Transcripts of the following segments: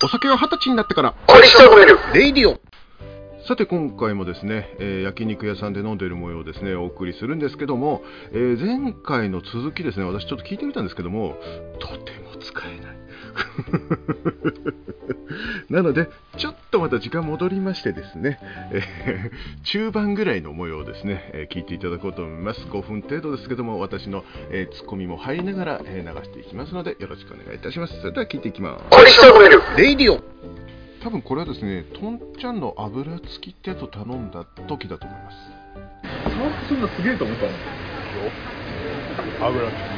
お酒は20歳になってからレイディオ。さて今回もですね、焼肉屋さんで飲んでいる模様をですねお送りするんですけども、前回の続きですね、私ちょっと聞いてみたんですけども、とても使えないなのでちょっとまた時間戻りましてですね、中盤ぐらいの模様をですね、聞いていただこうと思います。5分程度ですけども、私の、ツッコミも入りながら、流していきますのでよろしくお願いいたします。それでは聞いていきます。レイディオ。多分これはですね、とんちゃんの油付きってやつを頼んだ時だと思います。 そんなすげえと思ったの油付き。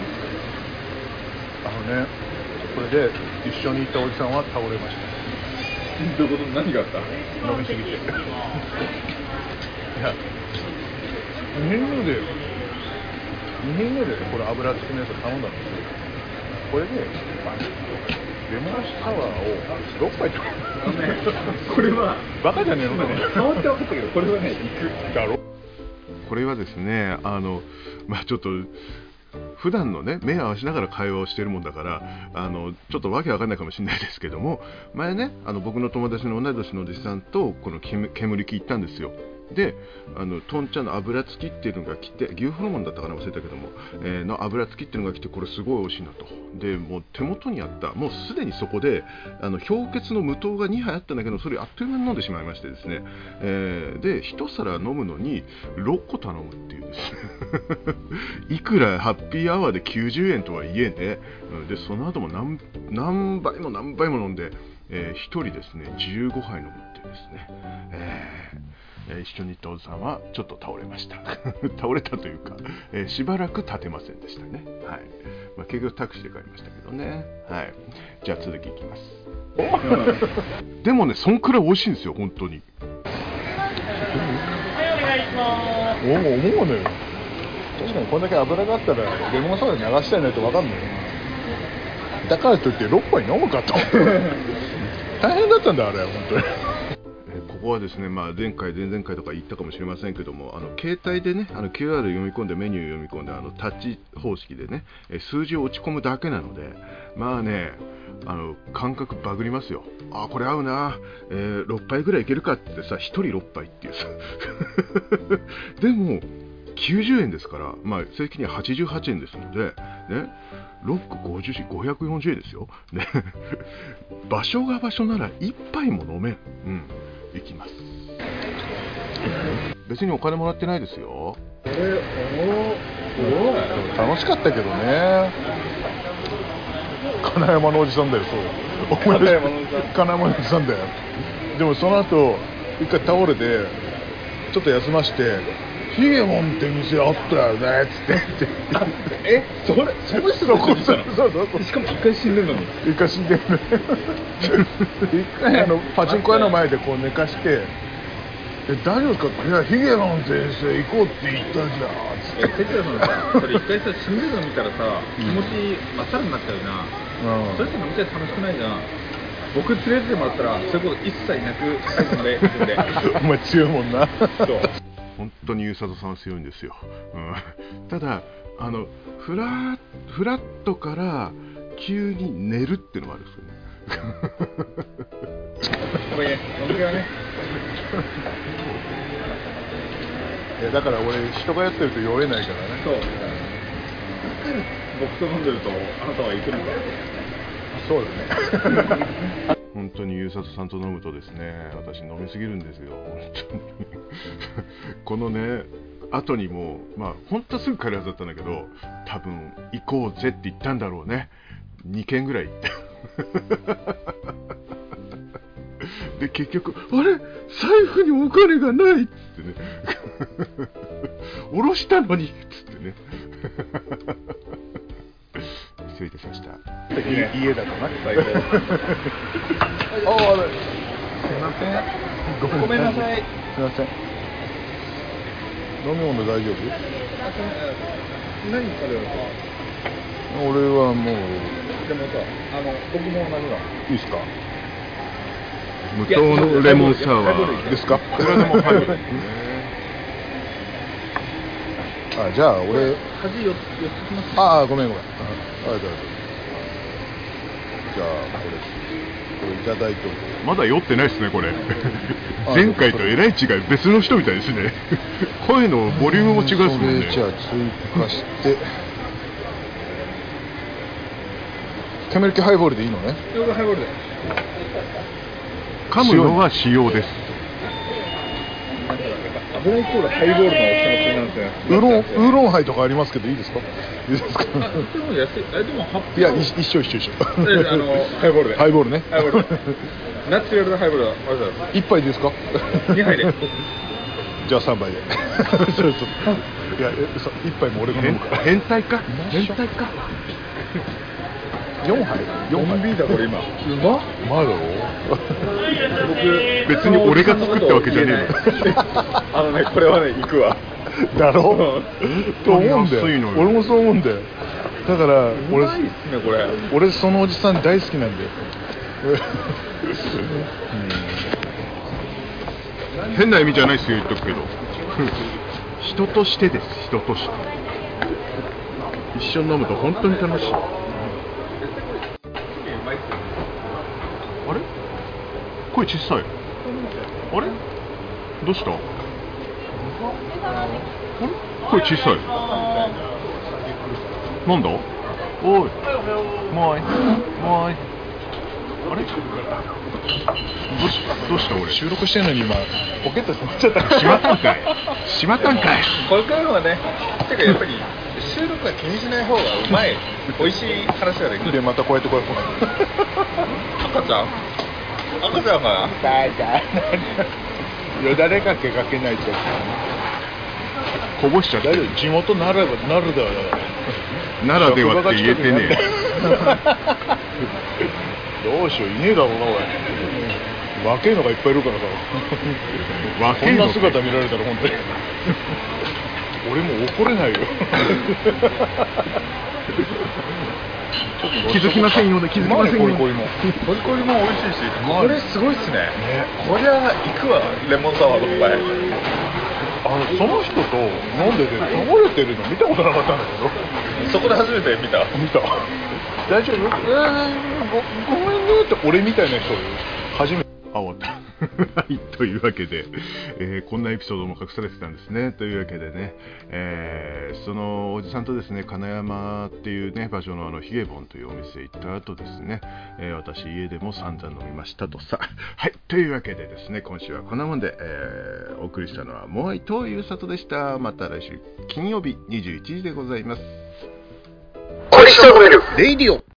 これで一緒に行ったおじさんは倒れました。 どういうこと？何があった？ 飲みすぎていや、2品目でこれ油付きのやつ頼んだんですよ。これでレモンサワーを6杯とこれはバカじゃねえのかね。 触って分かったけど、これはね、いくだろ。 これはですね、ちょっと普段のね、目を合わせながら会話をしているもんだから、ちょっとわけわかんないかもしれないですけども、前ね、僕の友達の同い年のおじさんとこの煙木行ったんですよ。で、とんちゃんの油付きっていうのが来て、牛ホルモンだったかな忘れたけども、の油付きっていうのが来て、これすごい美味しいなと。で、もう手元にあった、もうすでにそこで氷結の無糖が2杯あったんだけど、それあっという間に飲んでしまいましてですね、で1皿飲むのに6個頼むっていうですねいくらハッピーアワーで90円とはいえね、でその後も何倍も飲んで、1人ですね15杯飲むっていうですね、一緒に行ったおじさんはちょっと倒れました倒れたというか、しばらく立てませんでしたね。はい。結局タクシーで帰りましたけどね。はい。じゃあ続きいきますでもね、そんくらい美味しいんですよ、本当に。 思うね。確かにこんだけ油があったらレモンサワーで流したいないと分かんないよ。だからといって6杯飲むかと大変だったんだあれ、本当に。 ここはですね、前回前々回とか言ったかもしれませんけども、携帯でね、QR 読み込んでメニュー読み込んでタッチ方式でね、数字を打ち込むだけなので、感覚バグりますよ。これ合うな、6杯ぐらいいけるかってさ、1人6杯っていうさでも90円ですから、正規には88円ですので、ね、6個50円、540円ですよ、ね、場所が場所なら1杯も飲めん。いきます。別にお金もらってないですよ。 楽しかったけどね。金山のおじさんだよ。そう。金山のおじさんだよ。でもその後一回倒れてちょっと休まして、ヒゲモンって店あったよねっつってその人がこうしたの？そうしかも一回死んでるのに。 一回死んでるね一回パチンコ屋の前でこう寝かして、大丈夫ですか？いや、ヒゲモン先生行こうって言ったじゃんっつって。 哲也さんさ、それ一回さ、死んでるの見たらさ、気持ちまっさらになっちゃうな。それって見て楽しくないじゃん。僕連れてってもらったらそういうこと一切なく最後まで自分でお前強いもんな。 そう本当にゆうさとさんは強いんですよ。ただフラットから急に寝るっていうのもあるんですよね。 これ飲みはね。 いやだから俺人がやってると酔えないからね。 そう。だから僕と飲んでるとあなたは行くのか。 そうだね。 本当にゆうさとさんと飲むとですね、私飲みすぎるんですよ。本当にこのね後にも本当はすぐ帰るはずだったんだけど、多分行こうぜって言ったんだろうね。2軒ぐらい行ってで結局あれ財布にお金がないっつってね下ろしたのにっつってね失礼いたしました。 家だとな。 最高。 すいません。 ごめんなさい。 すいません。飲み物大丈夫？ 何食べようか。 俺はもう。 でもさ、僕も何がいいっすか？ 無糖のレモンサワーですか？ これはでもハイボールですね。 じゃあ俺端4つきます。 ごめん。じゃあこれいただいてまだ酔ってないですねこれ前回とえらい違い、別の人みたいですね声のボリュームも違うですもんね。 それじゃあ追加してキャメル系ハイボールでいいのね。 ハイボールで噛むのは塩です。 油イコールハイボールの気持ちなんてウーロンハイとかありますけどいいですか？いいですか？ でも安い。でもいや一緒ハイボールでハイボールね。 ハイボールナチュラルなハイボールだ。 1杯でいいですか ？2杯でじゃあ3杯でそういや1杯も俺が飲むから変態か 4杯 4ビーだこれ今うままだろ僕別に俺が作ったわけじゃねえのこれはね行くわだろと思うんだよ。 安いのよ俺もそう思うんだよ。だからうまいっすねこれ。 俺そのおじさん大好きなんだよ変な意味じゃないですよ言っとくけど人としてです。人として一緒に飲むと本当に楽しい。あれ声小さい。あれどうした？あれ声小さい。なんだ？おいもういあれどうした俺収録してんのに今ポケットしまっちゃったしまったんかいこれからはねてかやっぱり収録は気にしない方がうまい美味しい話ができる。 でまたこうやって赤ちゃんかな。 よだれかけかけないとこぼしちゃって大丈夫。地元ならではだからならではって言えてねどうしよういねえだろうなおい若えのがいっぱいいるからさこんな姿見られたら本当に俺も怒れないよ気づきませんよね。 コリコリもコリコリも美味しいしこれすごいっすね。こりゃ行くわレモンサワー6杯。 その人と飲んでて倒れてるの見たことなかったんだけどそこで初めて見た大丈夫？ごめんねって俺みたいな人初めて終わったはいというわけで、こんなエピソードも隠されてたんですね。というわけでね、そのおじさんとですね金山っていうね場所のヒゲボンというお店行った後ですね、私家でも散々飲みましたとさはいというわけでですね今週はこんなもんで、お送りしたのはモアイという里でした。また来週金曜日21時でございます。 これしゃべるレイディオ